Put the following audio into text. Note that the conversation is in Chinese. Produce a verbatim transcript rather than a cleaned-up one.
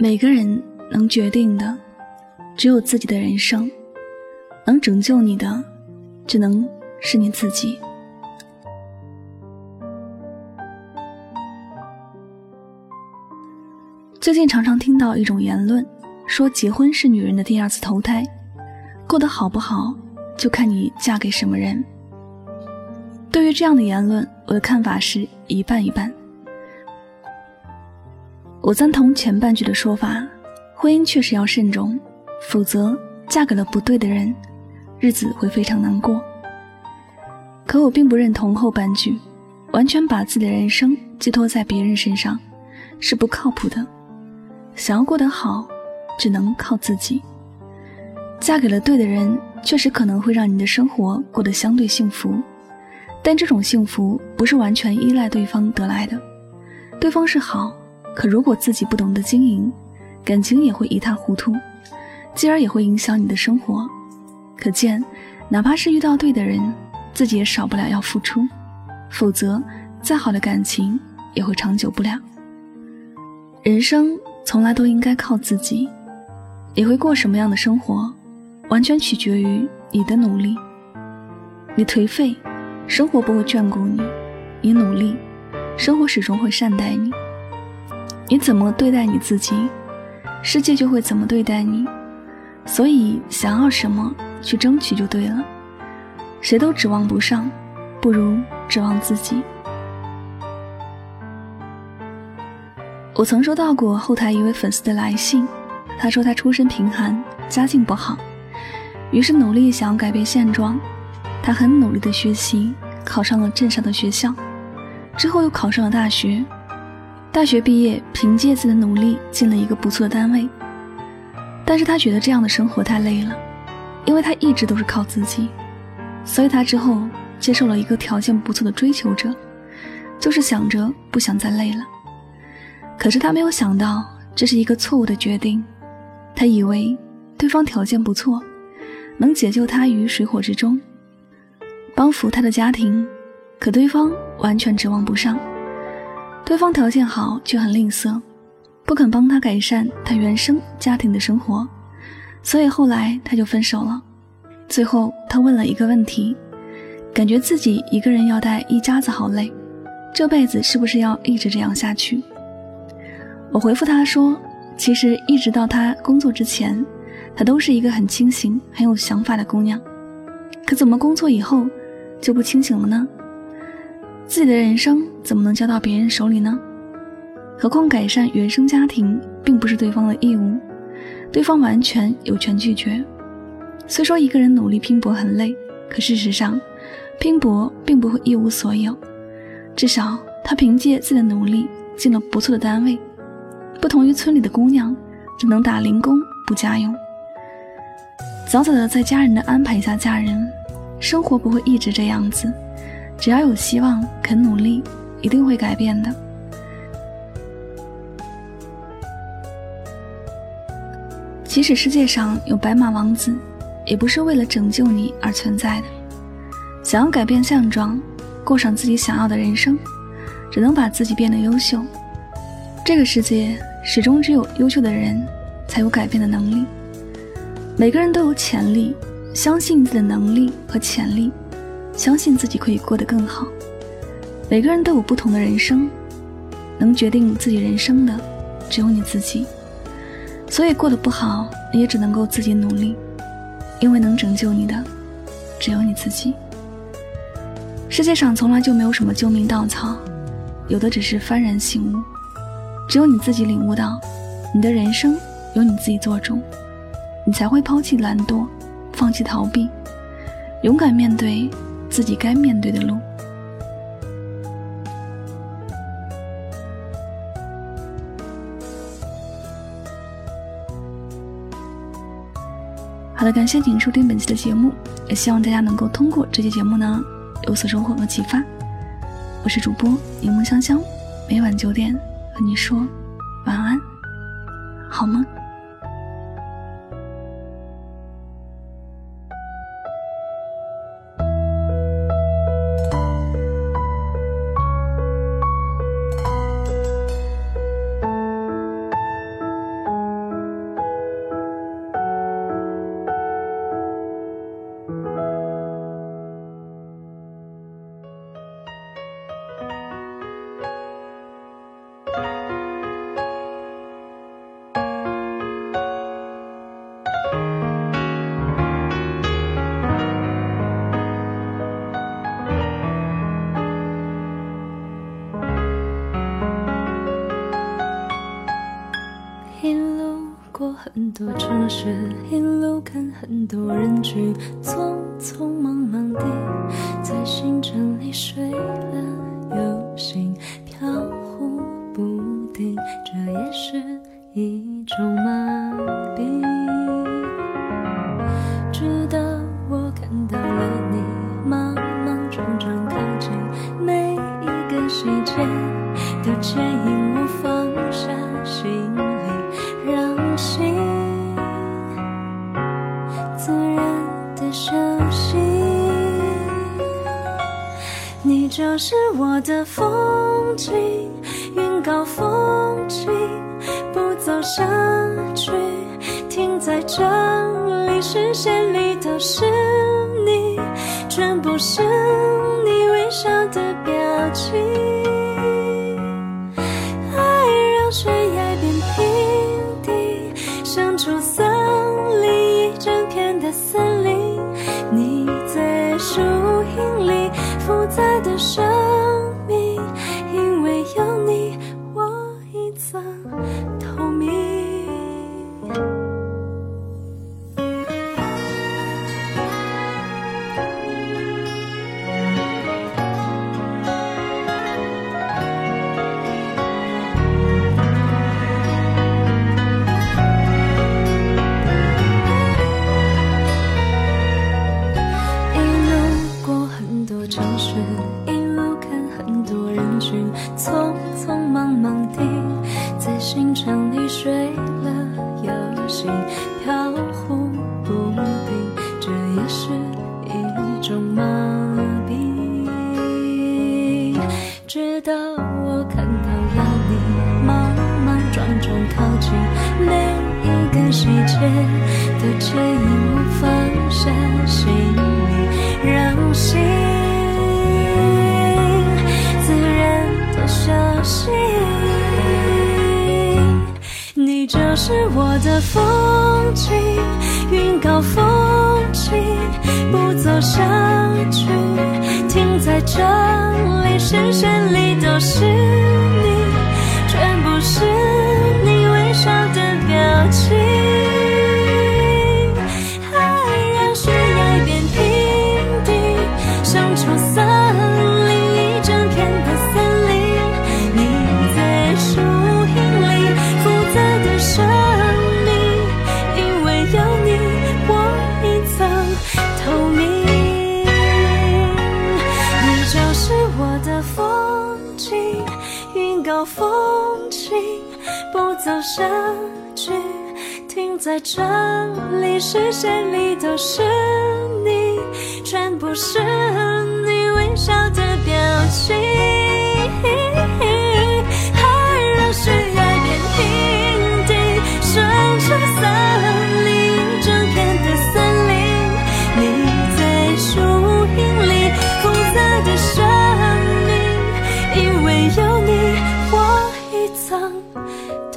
每个人能决定的只有自己的人生，能拯救你的只能是你自己。最近常常听到一种言论，说结婚是女人的第二次投胎，过得好不好就看你嫁给什么人。对于这样的言论，我的看法是一半一半。我赞同前半句的说法，婚姻确实要慎重，否则嫁给了不对的人，日子会非常难过。可我并不认同后半句，完全把自己的人生寄托在别人身上是不靠谱的。想要过得好，只能靠自己。嫁给了对的人，确实可能会让你的生活过得相对幸福，但这种幸福不是完全依赖对方得来的。对方是好，可如果自己不懂得经营，感情也会一塌糊涂，继而也会影响你的生活。可见，哪怕是遇到对的人，自己也少不了要付出，否则再好的感情也会长久不了。人生从来都应该靠自己，你会过什么样的生活，完全取决于你的努力。你颓废，生活不会眷顾你；你努力，生活始终会善待你。你怎么对待你自己，世界就会怎么对待你。所以想要什么，去争取就对了。谁都指望不上，不如指望自己。我曾收到过后台一位粉丝的来信，他说他出身贫寒，家境不好，于是努力想要改变现状。他很努力的学习，考上了镇上的学校，之后又考上了大学。大学毕业，凭借自己的努力进了一个不错的单位。但是他觉得这样的生活太累了，因为他一直都是靠自己，所以他之后接受了一个条件不错的追求者，就是想着不想再累了。可是他没有想到，这是一个错误的决定。他以为对方条件不错，能解救他于水火之中，帮扶他的家庭，可对方完全指望不上。对方条件好却很吝啬，不肯帮他改善他原生家庭的生活，所以后来他就分手了。最后他问了一个问题，感觉自己一个人要带一家子好累，这辈子是不是要一直这样下去？我回复他说，其实一直到他工作之前，她都是一个很清醒很有想法的姑娘，可怎么工作以后就不清醒了呢？自己的人生怎么能交到别人手里呢？何况改善原生家庭并不是对方的义务，对方完全有权拒绝。虽说一个人努力拼搏很累，可事实上拼搏并不会一无所有，至少他凭借自己的努力进了不错的单位，不同于村里的姑娘只能打零工不家用。早早的在家人的安排下嫁人，生活不会一直这样子，只要有希望肯努力，一定会改变的。即使世界上有白马王子，也不是为了拯救你而存在的。想要改变现状，过上自己想要的人生，只能把自己变得优秀。这个世界始终只有优秀的人才有改变的能力。每个人都有潜力，相信自己的能力和潜力，相信自己可以过得更好。每个人都有不同的人生，能决定自己人生的只有你自己。所以过得不好，你也只能够自己努力，因为能拯救你的只有你自己。世界上从来就没有什么救命稻草，有的只是幡然醒悟。只有你自己领悟到，你的人生由你自己做主，你才会抛弃懒惰，放弃逃避，勇敢面对自己该面对的路。好的，感谢您收听本期的节目，也希望大家能够通过这期节目呢有所收获和启发。我是主播柠檬香香，每晚九点和你说晚安，好梦。 很多城市，一路看很多人群，匆匆忙忙地在星辰里睡了又醒，飘忽不定，这也是一种麻痹。直到我看到了你莽莽撞撞靠近，每一个细节都牵引我放下行李，让心自然的休息。你就是我的风景，云高风轻，不走下去，停在这里，视线里都是你，全部是你微笑的表情。爱让悬崖变平地，像出森林一整片的森林，你在树荫里复杂的生命，因为有你我一层透明。匆匆忙忙地在星辰里睡了又醒，飘忽不定，这也是一种麻痹。直到我看到了你莽莽撞撞靠近，每一个细节都牵引我放下行李，让心休息。你就是我的风景，云高风轻，不走下去，停在这里，视线里都是你，全部是你微笑的表情。爱让悬崖变平地，像出森林一整片的森林，树荫里复杂的生命，因为有你我一层透明。你就是我的风景，云高风轻，不走下去，停在这里，视线里都是你，全部是你微笑的表情。悬崖变平地，生出森林一整片的森林，你在树荫里复杂的生命，因为有你我一层